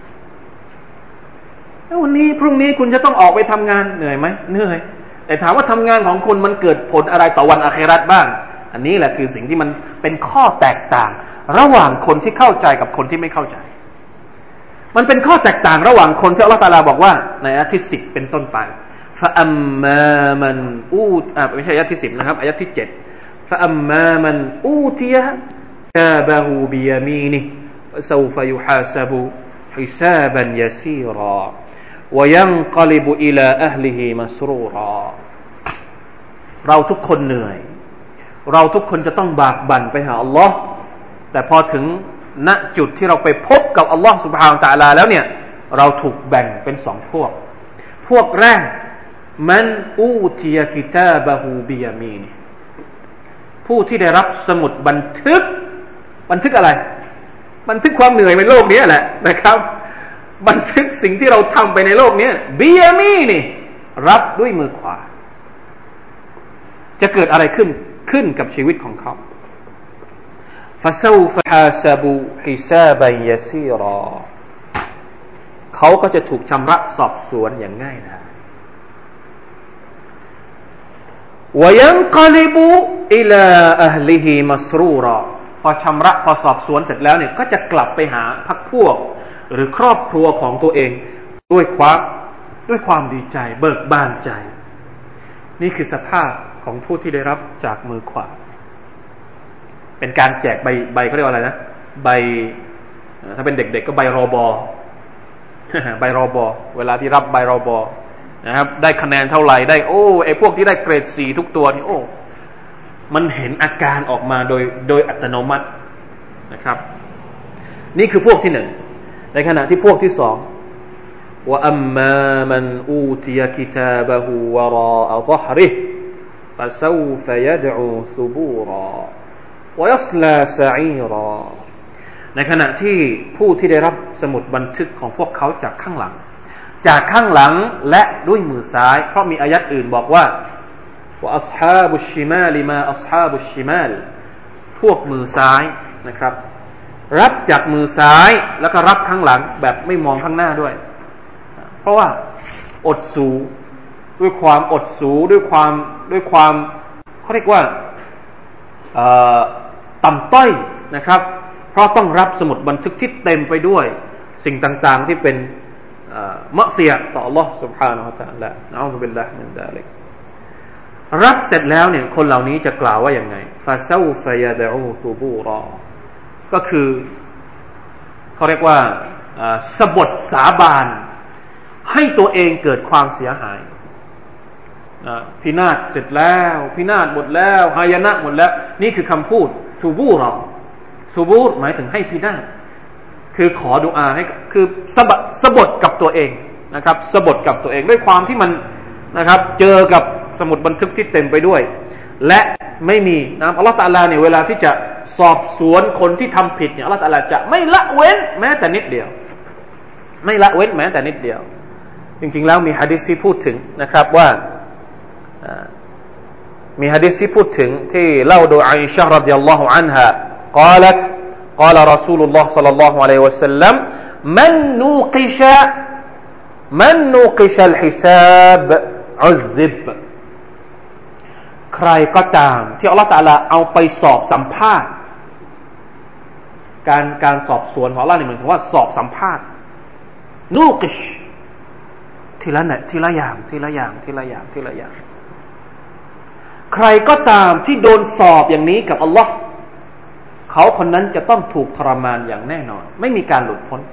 แล้ววันนี้พรุ่งนี้คุณจะต้องออกไปทำงานเหนื่อยไหมเหนื่อยแต่ถามว่าทำงานของคุณมันเกิดผลอะไรต่อวันอาคิเราะห์บ้างอันนี้แหละคือสิ่งที่มันเป็นข้อแตกต่างระหว่างคนที่เข้าใจกับคนที่ไม่เข้าใจมันเป็นข้อแตกต่างระหว่างคนที่อัลเลาะห์ตะอาลาบอกว่าในอายะที่10เป็นต้นไปฟะอัมมามันอูตไม่ใช่อายะที่10นะครับอายะที่7ฟะอัมมามันอูติยะกาบะฮูบิยามีนิฮิฟะซอฟะยุฮาซะบุฮิซาบันยะซีราวะยันกะลิบุอิลาอะห์ลิฮิมัสรูราเราทุกคนเหนื่อยเราทุกคนจะต้องบากบั่นไปหาอัลลอฮ์แต่พอถึงณจุดที่เราไปพบกับอัลลอฮ์ซุบฮานะฮูวะตะอาลาแล้วเนี่ยเราถูกแบ่งเป็น2พวกแรกมันอูติยะกิตาบะฮูบิยามีนิผู้ที่ได้รับสมุดบันทึกอะไรบันทึกความเหนื่อยในโลกนี้แหละนะครับบันทึกสิ่งที่เราทำไปในโลกนี้บิยามีนิรับด้วยมือขวาจะเกิดอะไรขึ้นกับชีวิตของเขาفسوف حاسب حسابا يسيرا เขาก็จะถูกชำระสอบสวนอย่างง่ายดายوينقلب إلى أهله مسرورا พอสอบสวนเสร็จแล้วเนี่ยก็จะกลับไปหาพรรคพวกหรือครอบครัวของตัวเองด้วยความดีใจเบิกบานใจนี่คือสภาพของผู้ที่ได้รับจากมือขวาเป็นการแจกใบเขาเรียกว่าอะไรนะใบถ้าเป็นเด็กๆก็ใบรบใบรบเวลาที่รับใบรบนะครับได้คะแนนเท่าไหร่ได้ไอ้พวกที่ได้เกรด4ทุกตัวนี่มันเห็นอาการออกมาโดยอัตโนมัตินะครับนี่คือพวกที่หนึ่งในขณะที่พวกที่สองว่าอัมมามันอูติยะกิตาบะฮูวะราอะซอฮริฮ์ฟะซอฟะยะดอูซุบูราวะยัศลาซะอีราในขณะที่ผู้ที่ได้รับสมุดบันทึกของพวกเขาจากข้างหลังและด้วยมือซ้ายเพราะมีอายัดอื่นบอกว่าว่าอัศฮาบุชชิมาลิมาอัศฮาบุชชิมาลพวกมือซ้ายนะครับรับจากมือซ้ายแล้วก็รับข้างหลังแบบไม่มองข้างหน้าด้วยเพราะว่าอดสูด้วยความอดสูด้วยความเขาเรียกว่าต่ำต้อยนะครับเพราะต้องรับสมุดบันทึกที่เต็มไปด้วยสิ่งต่างๆที่เป็นมะซียะห์ต่อ Allah سبحانه และ تعالى นะอูซุบิลลาฮิมินซาลิกรับเสร็จแล้วเนี่ยคนเหล่านี้จะกล่าวว่าอย่างไงฟาซาฟะยะดอูซุบูรอก็คือเขาเรียกว่าสบทสาบานให้ตัวเองเกิดความเสียหายพินาศเสร็จแล้วพินาศหมดแล้วหายนะหมดแล้วนี่คือคำพูดซูบูรอซูบูรหมายถึงให้พินาศคือขอดุอาให้คือสบทกับตัวเองนะครับสบทกับตัวเองด้วยความที่มันนะครับเจอกับสมุดบันทึกที่เต็มไปด้วยและไม่มีนะอัลเลาะห์ตะอาลาเนี่ยเวลาที่จะสอบสวนคนที่ทำผิดเนี่ยอัลเลาะห์ตะอาลาจะไม่ละเว้นแม้แต่นิดเดียวไม่ละเว้นแม้แต่นิดเดียวจริงๆแล้วมีหะดีษที่พูดถึงนะครับว่ามีหะดีษที่พูดถึงที่เล่าโดยอาอิชะห์รอฎิยัลลอฮุอันฮา قالت قال رسول الله صلى الله عليه وسلم من نوقش الحساب عذب ใครก็ตามที่อัลเลาะห์ตะอาลาเอาไปสอบสัมภาษณ์การสอบสวนของอัลเลาะห์นี่หมายถึงว่าสอบสัมภาษณ์นูกิชทีละอย่างใครก็ตามที่โดนสอบอย่างนี้กับอัลเลาะห์เขาคนนั้นจะต้องถูกทรมานอย่างแน่นอนไม่มีการหลุดพ้น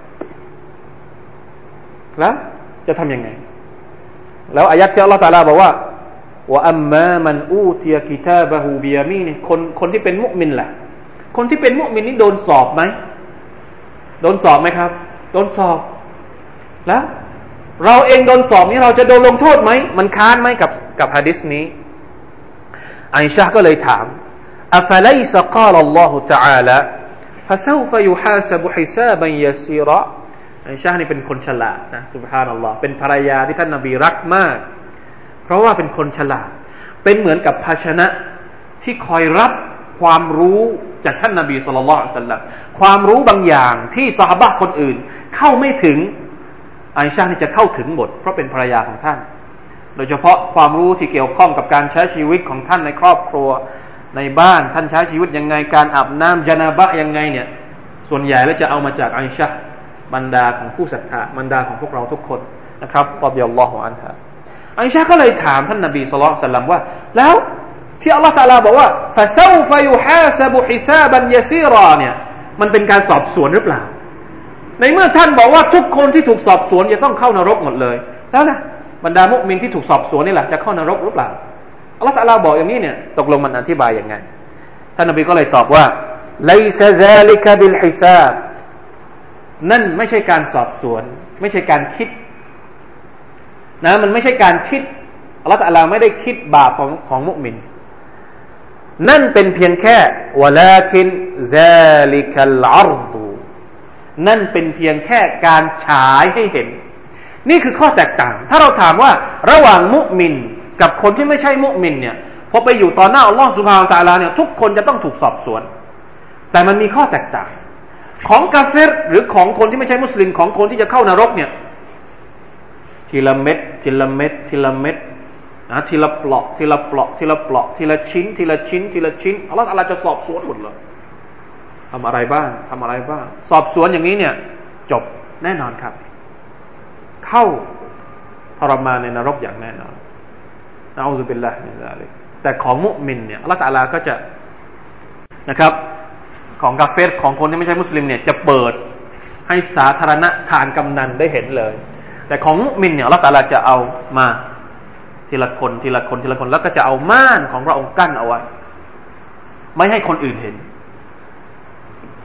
แล้วจะทำยังไงแล้วอายัดที่อัลเลาะห์ตะอาลาบอกว่าว่าอัมมามันอูติยะกิตาบะฮูบิยามีนิคนที่เป็นมุมินล่ะคนที่เป็นมุมินนี่โดนสอบไหมโดนสอบไหมครับโดนสอบแล้วเราเองโดนสอบนี่เราจะโดนลงโทษไหมมันค้านไหมกับหะดีษนี้อาอิชะห์ก็เลยถามอัฟะลัยซะกาลอัลลอฮุตะอาลาฟะซอฟะยุฮาซะบุฮิซาบันยะซีรออาอิชะห์นี่เป็นคนฉลาดนะซุบฮานัลลอฮ์เป็นภรรยาที่ท่านนบีรักมากเพราะว่าเป็นคนฉลาดเป็นเหมือนกับภาชนะที่คอยรับความรู้จากท่านนบีศ็อลลัลลอฮุอะลัยฮิวะซัลลัมความรู้บางอย่างที่ซอฮาบะห์คนอื่นเข้าไม่ถึงอาอิชะห์นี่จะเข้าถึงหมดเพราะเป็นภรรยาของท่านโดยเฉพาะความรู้ที่เกี่ยวข้องกับการใช้ชีวิตของท่านในครอบครัวในบ้านท่านใช้ชีวิตยังไงการอาบน้ำญะนาบะห์ยังไงเนี่ยส่วนใหญ่แล้วจะเอามาจากอาอิชะห์บรรดาของผู้ศรัทธาบรรดาของพวกเราทุกคนนะครับรอฎิยัลลอฮุอันฮาอาอิชะห์ก็เลยถามท่านนบีศ็อลลัลลอฮุอะลัยฮิวะซัลลัมว่าแล้วที่อัลเลาะห์ตะอาลาบอกว่าฟะซอฟะยุฮาซะบุฮิซาบันยะซีรอเนี่ยมันเป็นการสอบสวนหรือเปล่าในเมื่อท่านบอกว่าทุกคนที่ถูกสอบสวนจะต้องเข้านรกหมดเลยแล้วนะบรรดามุมินที่ถูกสอบสวนนี่แหละจะเข้านรกหรือเปล่าอัลเลาะห์ตะอาลาบอกอย่างนี้เนี่ยตกลงมันอธิบายยังไงท่านนบีก็เลยตอบว่าไลซะซาลิกะบิลฮิซาบนั่นไม่ใช่การสอบสวนไม่ใช่การคิดนะมันไม่ใช่การคิดอัลเลาะห์ตะอาลาไม่ได้คิดบาปของมุมินนั่นเป็นเพียงแค่วะลาคินซาลิกัลอัรฎนั่นเป็นเพียงแค่การฉายให้เห็นนี่คือข้อแตกต่างถ้าเราถามว่าระหว่างมุมินกับคนที่ไม่ใช่มุมินเนี่ยพอไปอยู่ต่อหน้าอัลลอฮฺซุบฮานะฮูวะตะอาลาเนี่ยทุกคนจะต้องถูกสอบสวนแต่มันมีข้อแตกต่างของกาเฟรหรือของคนที่ไม่ใช่มุสลิมของคนที่จะเข้านรกเนี่ยทีละเม็ดทีละเม็ดทีละเม็ดทีละเปลาะทีละเปลาะทีละเปลาะทีละชิ้นทีละชิ้นทีละชิ้นอัลลอฮฺตะอาลาจะสอบสวนหมดเลยทำอะไรบ้างสอบสวนอย่างนี้เนี่ยจบแน่นอนครับเข้าทรมานในนรกอย่างแน่นอนนะอูซุบิลลาฮิมินซาลิกแต่ของมุมินเนี่ยอัลเลาะห์ตะอาลาก็จะนะครับของกาเฟรของคนที่ไม่ใช่มุสลิมเนี่ยจะเปิดให้สาธารณะทานกำนันได้เห็นเลยแต่ของมุมินเนี่ยอัลเลาะห์ตะอาลาจะเอามาทีละคนแล้วก็จะเอาม่านของพระองค์กั้นเอาไว้ไม่ให้คนอื่นเห็น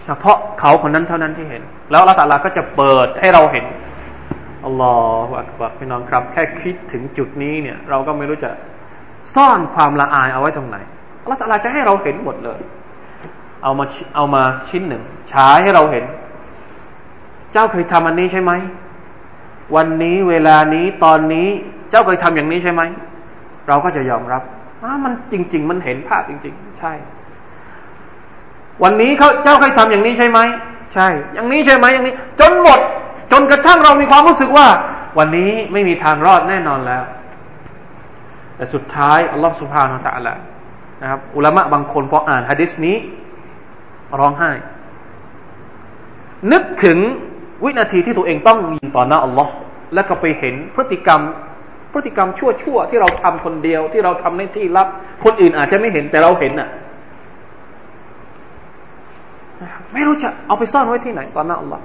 เฉพาะเขาคนนั้นเท่านั้นที่เห็นแล้วอัลเลาะห์ตะอาลาก็จะเปิดให้เราเห็นอัลลอฮฺอักบัรพี่น้องครับแค่คิดถึงจุดนี้เนี่ยเราก็ไม่รู้จะซ่อนความละอายเอาไว้ตรงไหนอัลเลาะห์ตะอาลาจะให้เราเห็นหมดเลยเอามาชิ้นหนึ่งฉายให้เราเห็นเจ้าเคยทำอันนี้ใช่ไหมวันนี้เวลานี้ตอนนี้เจ้าเคยทำอย่างนี้ใช่ไหมเราก็จะยอมรับมันจริงๆมันเห็นภาพจริงๆใช่วันนี้เจ้าเคยทำอย่างนี้ใช่ไหมใช่อย่างนี้ใช่ไหมอย่างนี้จนหมดจนกระทั่งเรามีความรู้สึกว่าวันนี้ไม่มีทางรอดแน่นอนแล้วแต่สุดท้ายอัลลอฮฺซุบฮานะฮูวะตะอาลานะครับอุลามะบางคนพออ่านหะดีษนี้ร้องไห้นึกถึงวินาทีที่ตัวเองต้องยืนต่อหน้าอัลลอฮ์แล้วก็ไปเห็นพฤติกรรมชั่วที่เราทำคนเดียวที่เราทำในที่ลับคนอื่นอาจจะไม่เห็นแต่เราเห็นน่ะไม่รู้จะเอาไปซ่อนไว้ที่ไหนต่อหน้าอัลลอฮ์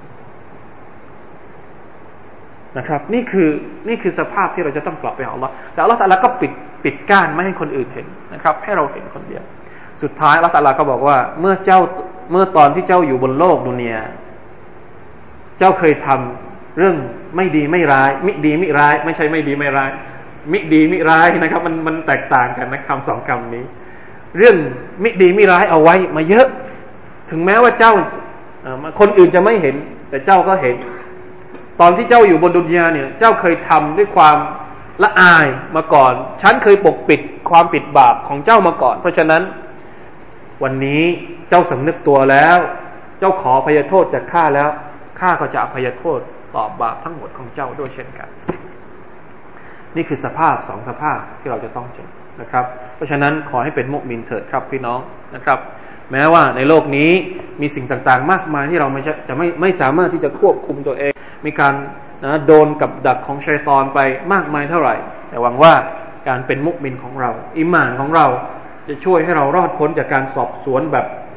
นะครับนี่คือสภาพที่เราจะต้องกลับไปหาอัลลอฮ์แต่อัลลอฮ์ตะอาลาก็ปิดกั้นไม่ให้คนอื่นเห็นนะครับให้เราเห็นคนเดียวสุดท้ายอัลลอฮ์ตะอาลาก็บอกว่าเมื่อตอนที่เจ้าอยู่บนโลกดุนยาเจ้าเคยทำเรื่องไม่ดีไม่ร้ายมิดีมิร้ายไม่ใช่ไม่ดีไม่ร้ายมิดีมิร้ายนะครับมันแตกต่างกันนะคำสองคำนี้เรื่องมิดีมิร้ายเอาไว้มาเยอะถึงแม้ว่าเจ้าคนอื่นจะไม่เห็นแต่เจ้าก็เห็นตอนที่เจ้าอยู่บนดุนยาเนี่ยเจ้าเคยทำด้วยความละอายมาก่อนฉันเคยปกปิดความผิดบาปของเจ้ามาก่อนเพราะฉะนั้นวันนี้เจ้าสำนึกตัวแล้วเจ้าขออภัยโทษจากข้าแล้วข้าก็จะอภัยโทษตอบบาปทั้งหมดของเจ้าด้วยเช่นกันนี่คือสภาพสองสภาพที่เราจะต้องเจอนะครับเพราะฉะนั้นขอให้เป็นมุมินเถิดครับพี่น้องนะครับแม้ว่าในโลกนี้มีสิ่งต่างๆมากมายที่เราไม่สามารถที่จะควบคุมตัวเองมีการโดนกับดักของชัยฏอนไปมากมายเท่าไหร่แต่หวังว่าการเป็นมุมินของเราอีหม่านของเราจะช่วยให้เรารอดพ้นจากการสอบสวน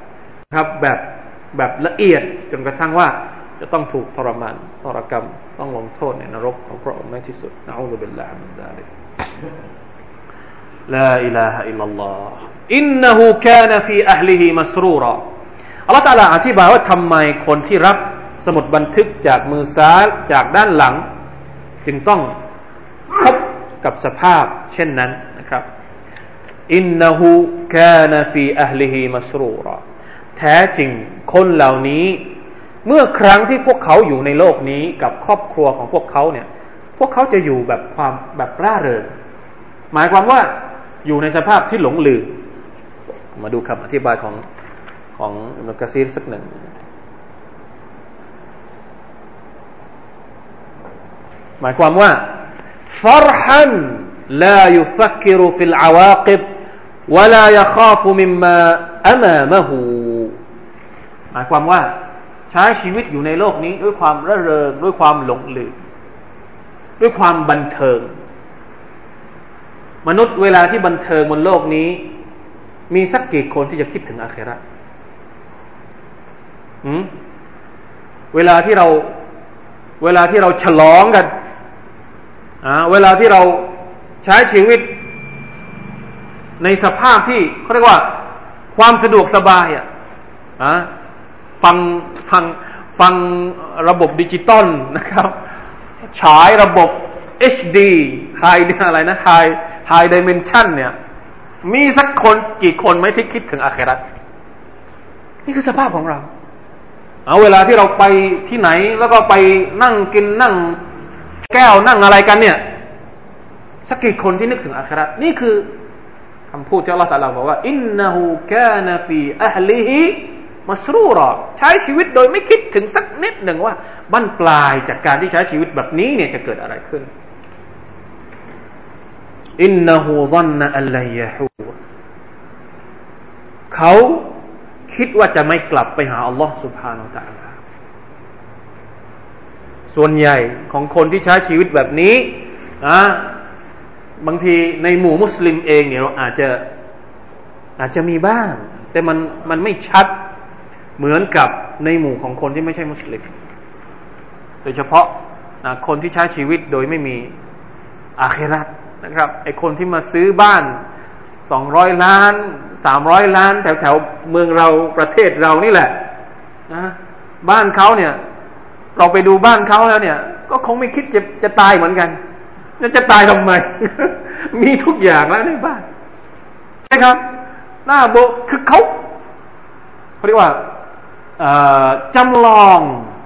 แบบละเอียดจนกระทั่งว่าจะต้องถูกทรมานทรกรรมต้องลงโทษในนรกของพระองค์ในที่สุดนะอูซุบิลลาฮิมินซาลิกลาอิลาฮะอิลลัลลอฮอินนะฮูกานะฟีอะห์ลิฮิมัสรูรออัลเลาะห์ตะอาลาอธิบายว่าทำไมคนที่รับสมุดบันทึกจากมือซ้ายจากด้านหลังจึงต้องพบกับสภาพเช่นนั้นนะครับอินนะฮูกานะฟีอะห์ลิฮิมัสรูรอแท้จริงคนเหล่านี้เมื่อครั้งที่พวกเขาอยู่ในโลกนี้กับครอบครัวของพวกเขาเนี่ยพวกเขาจะอยู่แบบร่าเริงหมายความว่าอยู่ในสภาพที่หลงลืมมาดูคำอธิบายของอิบนุกะซีรสักหนึ่งหมายความว่าฟัรฮันลายุฟักกิรุฟิลอาวากิบวะลายัคาฟุมิมมาอะมามะฮูหมายความว่าใช้ชีวิตอยู่ในโลกนี้ด้วยความร่าเริงด้วยความหลงลืมด้วยความบันเทิงมนุษย์เวลาที่บันเทิงบนโลกนี้มีสักกี่คนที่จะคิดถึงอาคิเราะห์เวลาที่เราฉลองกันเวลาที่เราใช้ชีวิตในสภาพที่เขาเรียกว่าความสะดวกสบายฟังระบบดิจิตอลนะครับฉายระบบ HD High อะไรนะ High Dimension เนี่ยมีสักคนกี่คนไหมที่คิดถึงอาคิเราะห์นี่คือสภาพของเราเวลาที่เราไปที่ไหนแล้วก็ไปนั่งกินนั่งแก้วนั่งอะไรกันเนี่ยสักกี่คนที่นึกถึงอาคิเราะห์นี่คือคำพูดที่อัลเลาะห์ตะอาลาบอกว่าอินนะฮูกานะฟีอะห์ลิฮิมัสรูรอใช้ชีวิตโดยไม่คิดถึงสักนิดหนึ่งว่าบั้นปลายจากการที่ใช้ชีวิตแบบนี้เนี่ยจะเกิดอะไรขึ้นอินนะฮูซันนะอัลลัยะฮูเขาคิดว่าจะไม่กลับไปหาอัลลอฮ์ سبحانه และ تعالى ส่วนใหญ่ของคนที่ใช้ชีวิตแบบนี้บางทีในหมู่มุสลิมเองเนี่ยเราอาจจะมีบ้างแต่มันไม่ชัดเหมือนกับในหมู่ของคนที่ไม่ใช่มุสลิมโดยเฉพาะคนที่ใช้ชีวิตโดยไม่มีอาคิเราะห์นะครับไอ้คนที่มาซื้อบ้าน200 ล้าน300 ล้านแถวๆเมืองเราประเทศเรานี่แหละนะบ้านเขาเนี่ยเราไปดูบ้านเขาแล้วเนี่ยก็คงไม่คิดจะตายเหมือนกันแล้วจะตายทำไม มีทุกอย่างแล้วในบ้านใช่ครับหน้าโบคือเขาเรียกว่าจำลอง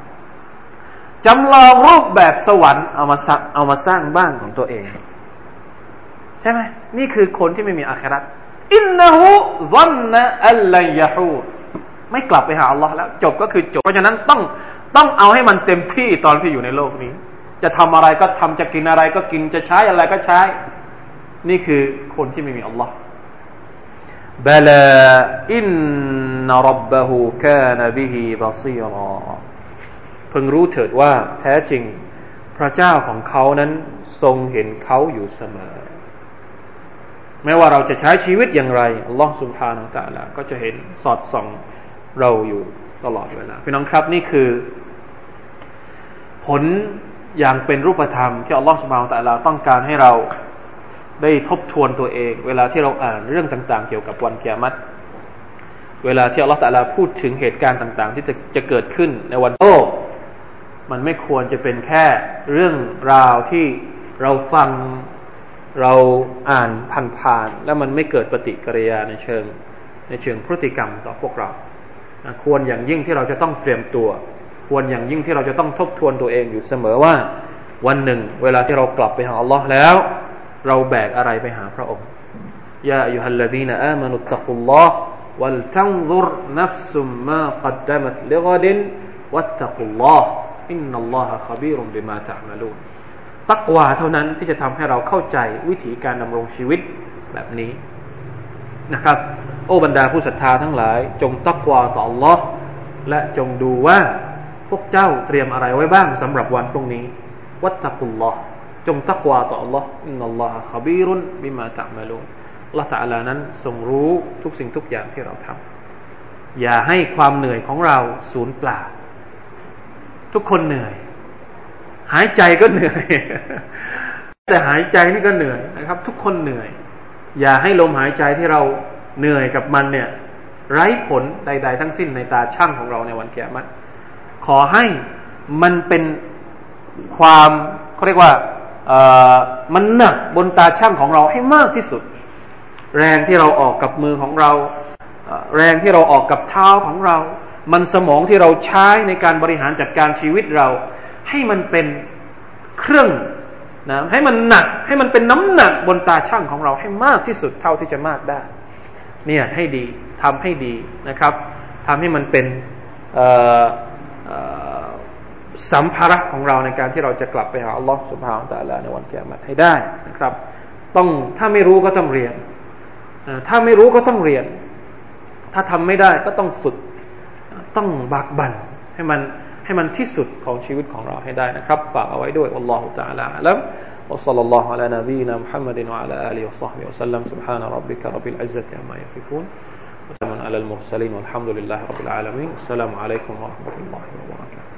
รูปแบบสวรรค์เอามาสร้างบ้านของตัวเองใช่ไหมนี่คือคนที่ไม่มีอาคิเราะห์อินนะฮูซันนะอัลลัยยะฮูไม่กลับไปหาอัลลอฮ์แล้วจบก็คือจบเพราะฉะนั้นต้องเอาให้มันเต็มที่ตอนที่อยู่ในโลกนี้จะทำอะไรก็ทำจะกินอะไรก็กินจะใช้อะไรก็ใช้นี่คือคนที่ไม่มีอัลลอฮ์บะลาอินนะร็อบบะฮูกานะบิฮิบะซีรอเพิ่งรู้เถิดว่าแท้จริงพระเจ้าของเขานั้นทรงเห็นเขาอยู่เสมอแม้ว่าเราจะใช้ชีวิตอย่างไรอัลลอฮ์ سبحانه และ تعالى ก็จะเห็นสอดส่องเราอยู่ตลอดเวลาพี่น้องครับนี่คือผลอย่างเป็นรูปธรรมที่อัลลอฮ์ سبحانه และ تعالى ต้องการให้เราได้ทบทวนตัวเองเวลาที่เราอ่านเรื่องต่างๆเกี่ยวกับวันกิยามะฮ์เวลาที่อัลลอฮ์ تعالى พูดถึงเหตุการณ์ต่างๆที่จะเกิดขึ้นในวันโลกมันไม่ควรจะเป็นแค่เรื่องราวที่เราฟังเราอ่านผ่านๆแล้วมันไม่เกิดปฏิกิริยาในเชิงพฤติกรรมต่อพวกเราควรอย่างยิ่งที่เราจะต้องเตรียมตัวควรอย่างยิ่งที่เราจะต้องทบทวนตัวเองอยู่เสมอว่าวันหนึ่งเวลาที่เรากลับไปหาอัลลอฮ์แล้วเราแบกอะไรไปหาพระองค์ยาอัยยูฮัลลซีนะอามานุตตักุลลอฮ์วัลตันซุรนัฟซุมมากัดดะมัตลิฆดินวัตตักุลลอฮ์อินนัลลอฮะคอบีรุบิมาตะอ์มะลูนตักวาเท่านั้นที่จะทำให้เราเข้าใจวิธีการดำรงชีวิตแบบนี้นะครับโอ้บรรดาผู้ศรัทธาทั้งหลายจงตักวาต่อ Allah และจงดูว่าพวกเจ้าเตรียมอะไรไว้บ้างสำหรับวันพรุ่งนี้วัตตักุลลอฮ์จงตักวาต่อ Allah อินนัลลอฮะคอบีรุนบิมาตะอ์มะลูนอัลเลาะห์ตะอาลานั้นทรงรู้ทุกสิ่งทุกอย่างที่เราทำอย่าให้ความเหนื่อยของเราสูญเปล่าทุกคนเหนื่อยหายใจก็เหนื่อยแต่หายใจนี่ก็เหนื่อยนะครับทุกคนเหนื่อยอย่าให้ลมหายใจที่เราเหนื่อยกับมันเนี่ยไร้ผลใดๆทั้งสิ้นในตาช่างของเราในวันกิยามะฮ์ขอให้มันเป็นความเขาเรียกว่ามันหนักบนตาช่างของเราให้มากที่สุดแรงที่เราออกกับมือของเราแรงที่เราออกกับเท้าของเรามันสมองที่เราใช้ในการบริหารจัดการชีวิตเราให้มันเป็นเครื่องนะให้มันหนักให้มันเป็นน้ำหนักบนตาช่างของเราให้มากที่สุดเท่าที่จะมากได้เนี่ยให้ดีทำให้ดีนะครับทำให้มันเป็นสัมภาระของเราในการที่เราจะกลับไปหาอัลลอฮฺซุบฮานะฮูวะตะอาลาในวันกิยามะฮ์ให้ได้นะครับต้องถ้าไม่รู้ก็ต้องเรียนถ้าไม่รู้ก็ต้องเรียนถ้าทำไม่ได้ก็ต้องฝึกต้องบากบั่นให้มันที่สุดของชีวิตของเราให้ได้นะครับฝากเอาไว้ด้วยอัลลอฮฺตะอาลาอะลัมวะศ็อลลัลลอฮุอะลานบีนะมุฮัมมัดวะอะลาอาลีฮิวะศอฮบิฮิวะซัลลัมซุบฮานะร็อบบิกะร็อบบิลอิซซะติอัมมายัซิฟูนวะสลามุนอะลัลมุรซะลีนวัลฮัมดุลิลลาฮิร็อบบิลอาลามีนอัสสลามุอะลัยกุมวะเราะห์มะตุลลอฮิวะบะเราะกาตุฮ์